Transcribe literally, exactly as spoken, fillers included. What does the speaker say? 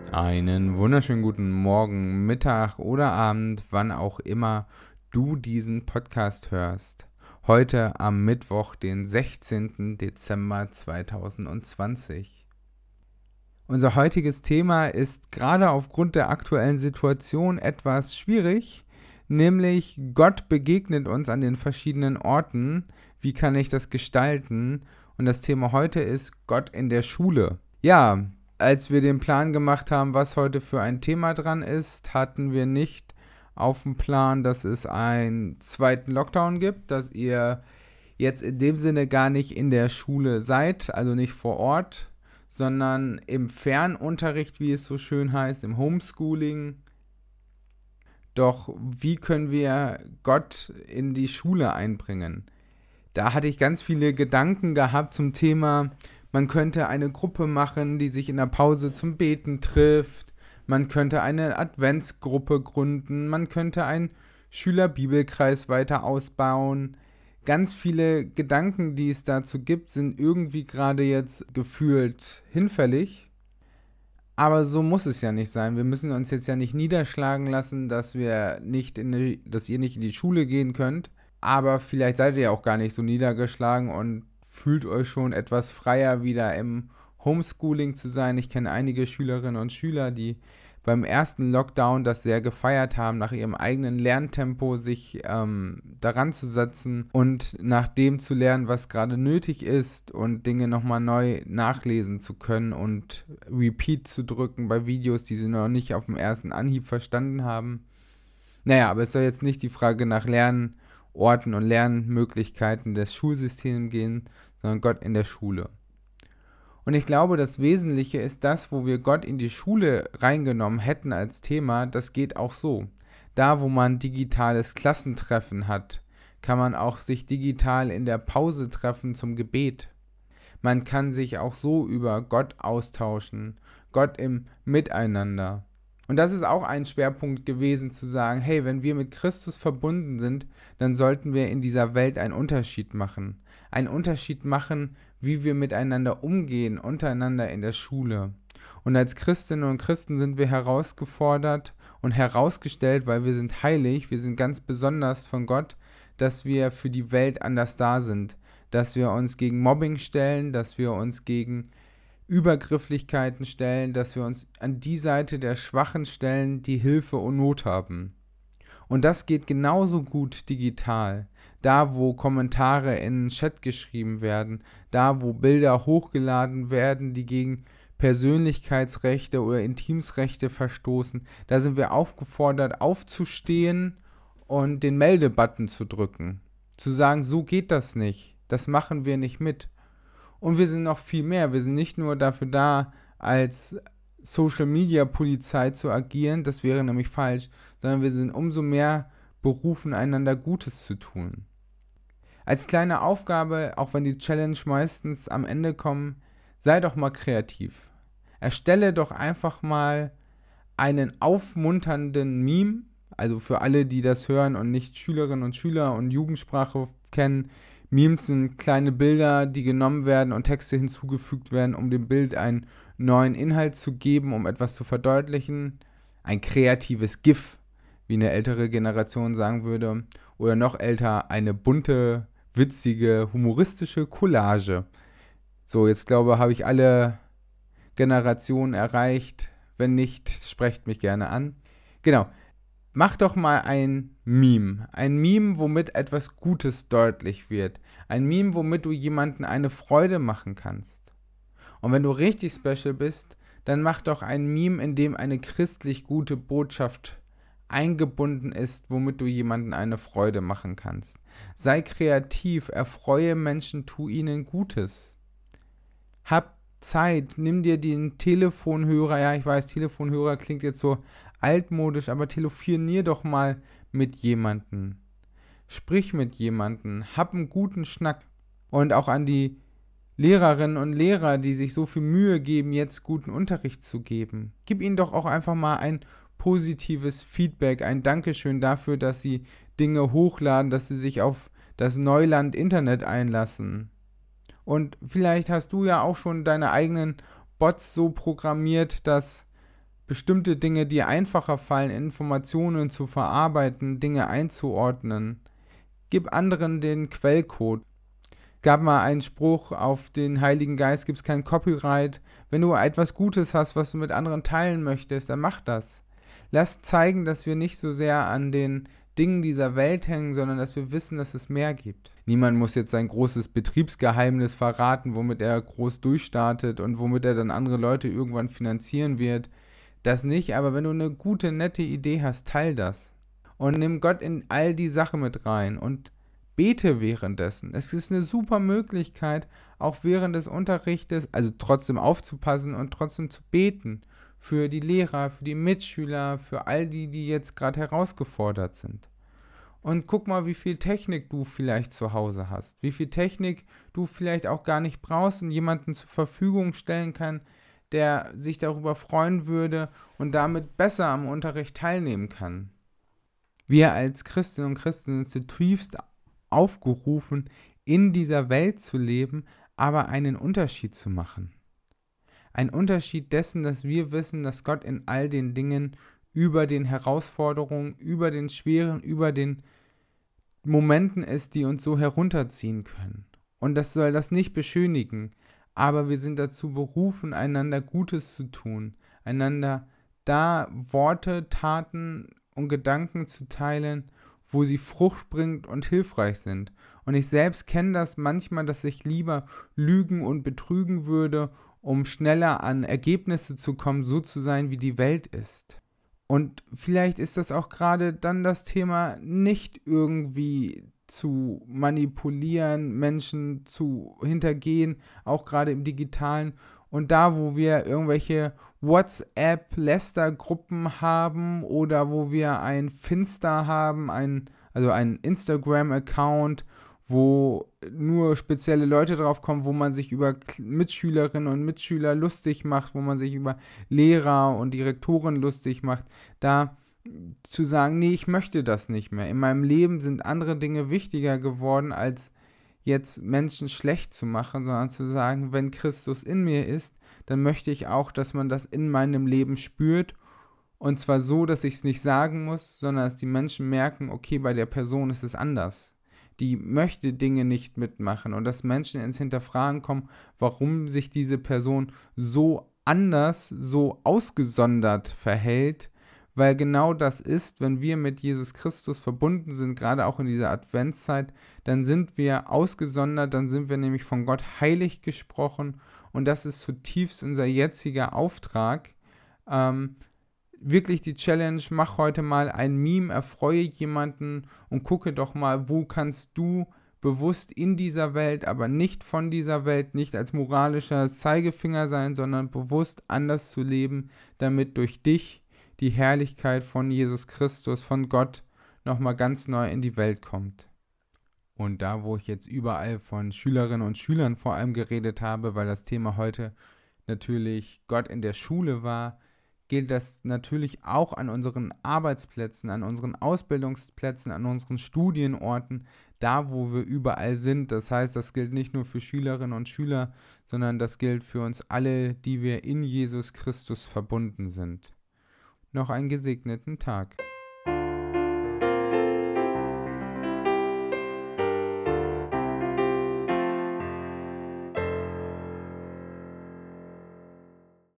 Einen wunderschönen guten Morgen, Mittag oder Abend, wann auch immer du diesen Podcast hörst. Heute am Mittwoch, den sechzehnten Dezember zweitausendzwanzig. Unser heutiges Thema ist gerade aufgrund der aktuellen Situation etwas schwierig, nämlich Gott begegnet uns an den verschiedenen Orten. Wie kann ich das gestalten? Und das Thema heute ist Gott in der Schule. Ja, als wir den Plan gemacht haben, was heute für ein Thema dran ist, hatten wir nicht auf dem Plan, dass es einen zweiten Lockdown gibt, dass ihr jetzt in dem Sinne gar nicht in der Schule seid, also nicht vor Ort, sondern im Fernunterricht, wie es so schön heißt, im Homeschooling. Doch wie können wir Gott in die Schule einbringen? Da hatte ich ganz viele Gedanken gehabt zum Thema, man könnte eine Gruppe machen, die sich in der Pause zum Beten trifft. Man könnte eine Adventsgruppe gründen. Man könnte einen Schülerbibelkreis weiter ausbauen. Ganz viele Gedanken, die es dazu gibt, sind irgendwie gerade jetzt gefühlt hinfällig. Aber so muss es ja nicht sein. Wir müssen uns jetzt ja nicht niederschlagen lassen, dass wir nicht in die, dass ihr nicht in die Schule gehen könnt. Aber vielleicht seid ihr ja auch gar nicht so niedergeschlagen und fühlt euch schon etwas freier, wieder im Homeschooling zu sein. Ich kenne einige Schülerinnen und Schüler, die beim ersten Lockdown das sehr gefeiert haben, nach ihrem eigenen Lerntempo sich ähm, daran zu setzen und nach dem zu lernen, was gerade nötig ist und Dinge nochmal neu nachlesen zu können und Repeat zu drücken bei Videos, die sie noch nicht auf dem ersten Anhieb verstanden haben. Naja, aber es soll jetzt nicht die Frage nach Lernorten und Lernmöglichkeiten des Schulsystems gehen, sondern Gott in der Schule. Und ich glaube, das Wesentliche ist das, wo wir Gott in die Schule reingenommen hätten als Thema, das geht auch so. Da, wo man digitales Klassentreffen hat, kann man auch sich digital in der Pause treffen zum Gebet. Man kann sich auch so über Gott austauschen, Gott im Miteinander. Und das ist auch ein Schwerpunkt gewesen, zu sagen, hey, wenn wir mit Christus verbunden sind, dann sollten wir in dieser Welt einen Unterschied machen. Einen Unterschied machen, wie wir miteinander umgehen, untereinander in der Schule. Und als Christinnen und Christen sind wir herausgefordert und herausgestellt, weil wir sind heilig, wir sind ganz besonders von Gott, dass wir für die Welt anders da sind, dass wir uns gegen Mobbing stellen, dass wir uns gegen Übergrifflichkeiten stellen, dass wir uns an die Seite der Schwachen stellen, die Hilfe und Not haben. Und das geht genauso gut digital. Da, wo Kommentare in den Chat geschrieben werden, da, wo Bilder hochgeladen werden, die gegen Persönlichkeitsrechte oder Intimsrechte verstoßen, da sind wir aufgefordert, aufzustehen und den Meldebutton zu drücken. Zu sagen, so geht das nicht, das machen wir nicht mit. Und wir sind noch viel mehr. Wir sind nicht nur dafür da, als Social-Media-Polizei zu agieren, das wäre nämlich falsch, sondern wir sind umso mehr berufen, einander Gutes zu tun. Als kleine Aufgabe, auch wenn die Challenge meistens am Ende kommt, sei doch mal kreativ. Erstelle doch einfach mal einen aufmunternden Meme, also für alle, die das hören und nicht Schülerinnen und Schüler und Jugendsprache kennen. Memes sind kleine Bilder, die genommen werden und Texte hinzugefügt werden, um dem Bild einen neuen Inhalt zu geben, um etwas zu verdeutlichen. Ein kreatives GIF, wie eine ältere Generation sagen würde. Oder noch älter, eine bunte, witzige, humoristische Collage. So, jetzt glaube ich, habe ich alle Generationen erreicht. Wenn nicht, sprecht mich gerne an. Genau. Mach doch mal ein Meme. Ein Meme, womit etwas Gutes deutlich wird. Ein Meme, womit du jemandem eine Freude machen kannst. Und wenn du richtig special bist, dann mach doch ein Meme, in dem eine christlich gute Botschaft eingebunden ist, womit du jemandem eine Freude machen kannst. Sei kreativ, erfreue Menschen, tu ihnen Gutes. Hab Zeit, nimm dir den Telefonhörer, ja, ich weiß, Telefonhörer klingt jetzt so altmodisch, aber telefonier doch mal mit jemandem. Sprich mit jemandem, hab einen guten Schnack. Und auch an die Lehrerinnen und Lehrer, die sich so viel Mühe geben, jetzt guten Unterricht zu geben. Gib ihnen doch auch einfach mal ein positives Feedback, ein Dankeschön dafür, dass sie Dinge hochladen, dass sie sich auf das Neuland Internet einlassen. Und vielleicht hast du ja auch schon deine eigenen Bots so programmiert, dass bestimmte Dinge dir einfacher fallen, Informationen zu verarbeiten, Dinge einzuordnen. Gib anderen den Quellcode. Gab mal einen Spruch, auf den Heiligen Geist gibt es kein Copyright. Wenn du etwas Gutes hast, was du mit anderen teilen möchtest, dann mach das. Lass zeigen, dass wir nicht so sehr an den Dingen dieser Welt hängen, sondern dass wir wissen, dass es mehr gibt. Niemand muss jetzt sein großes Betriebsgeheimnis verraten, womit er groß durchstartet und womit er dann andere Leute irgendwann finanzieren wird. Das nicht, aber wenn du eine gute, nette Idee hast, teil das. Und nimm Gott in all die Sachen mit rein und bete währenddessen. Es ist eine super Möglichkeit, auch während des Unterrichtes, also trotzdem aufzupassen und trotzdem zu beten. Für die Lehrer, für die Mitschüler, für all die, die jetzt gerade herausgefordert sind. Und guck mal, wie viel Technik du vielleicht zu Hause hast. Wie viel Technik du vielleicht auch gar nicht brauchst und jemanden zur Verfügung stellen kann, der sich darüber freuen würde und damit besser am Unterricht teilnehmen kann. Wir als Christinnen und Christen sind zutiefst aufgerufen, in dieser Welt zu leben, aber einen Unterschied zu machen. Ein Unterschied dessen, dass wir wissen, dass Gott in all den Dingen, über den Herausforderungen, über den schweren, über den Momenten ist, die uns so herunterziehen können. Und das soll das nicht beschönigen, aber wir sind dazu berufen, einander Gutes zu tun, einander da Worte, Taten und Gedanken zu teilen, wo sie Frucht bringt und hilfreich sind. Und ich selbst kenne das manchmal, dass ich lieber lügen und betrügen würde, um schneller an Ergebnisse zu kommen, so zu sein, wie die Welt ist. Und vielleicht ist das auch gerade dann das Thema, nicht irgendwie zu manipulieren, Menschen zu hintergehen, auch gerade im Digitalen. Und da, wo wir irgendwelche WhatsApp-Lästergruppen haben oder wo wir ein Finster haben, ein, also einen Instagram-Account, wo nur spezielle Leute drauf kommen, wo man sich über Mitschülerinnen und Mitschüler lustig macht, wo man sich über Lehrer und Direktoren lustig macht, da zu sagen, nee, ich möchte das nicht mehr. In meinem Leben sind andere Dinge wichtiger geworden, als jetzt Menschen schlecht zu machen, sondern zu sagen, wenn Christus in mir ist, dann möchte ich auch, dass man das in meinem Leben spürt. Und zwar so, dass ich es nicht sagen muss, sondern dass die Menschen merken, okay, bei der Person ist es anders. Die möchte Dinge nicht mitmachen und dass Menschen ins Hinterfragen kommen, warum sich diese Person so anders, so ausgesondert verhält, weil genau das ist, wenn wir mit Jesus Christus verbunden sind, gerade auch in dieser Adventszeit, dann sind wir ausgesondert, dann sind wir nämlich von Gott heilig gesprochen und das ist zutiefst unser jetziger Auftrag. Ähm, wirklich die Challenge, mach heute mal ein Meme, erfreue jemanden und gucke doch mal, wo kannst du bewusst in dieser Welt, aber nicht von dieser Welt, nicht als moralischer Zeigefinger sein, sondern bewusst anders zu leben, damit durch dich die Herrlichkeit von Jesus Christus, von Gott, nochmal ganz neu in die Welt kommt. Und da, wo ich jetzt überall von Schülerinnen und Schülern vor allem geredet habe, weil das Thema heute natürlich Gott in der Schule war, gilt das natürlich auch an unseren Arbeitsplätzen, an unseren Ausbildungsplätzen, an unseren Studienorten, da wo wir überall sind. Das heißt, das gilt nicht nur für Schülerinnen und Schüler, sondern das gilt für uns alle, die wir in Jesus Christus verbunden sind. Noch einen gesegneten Tag.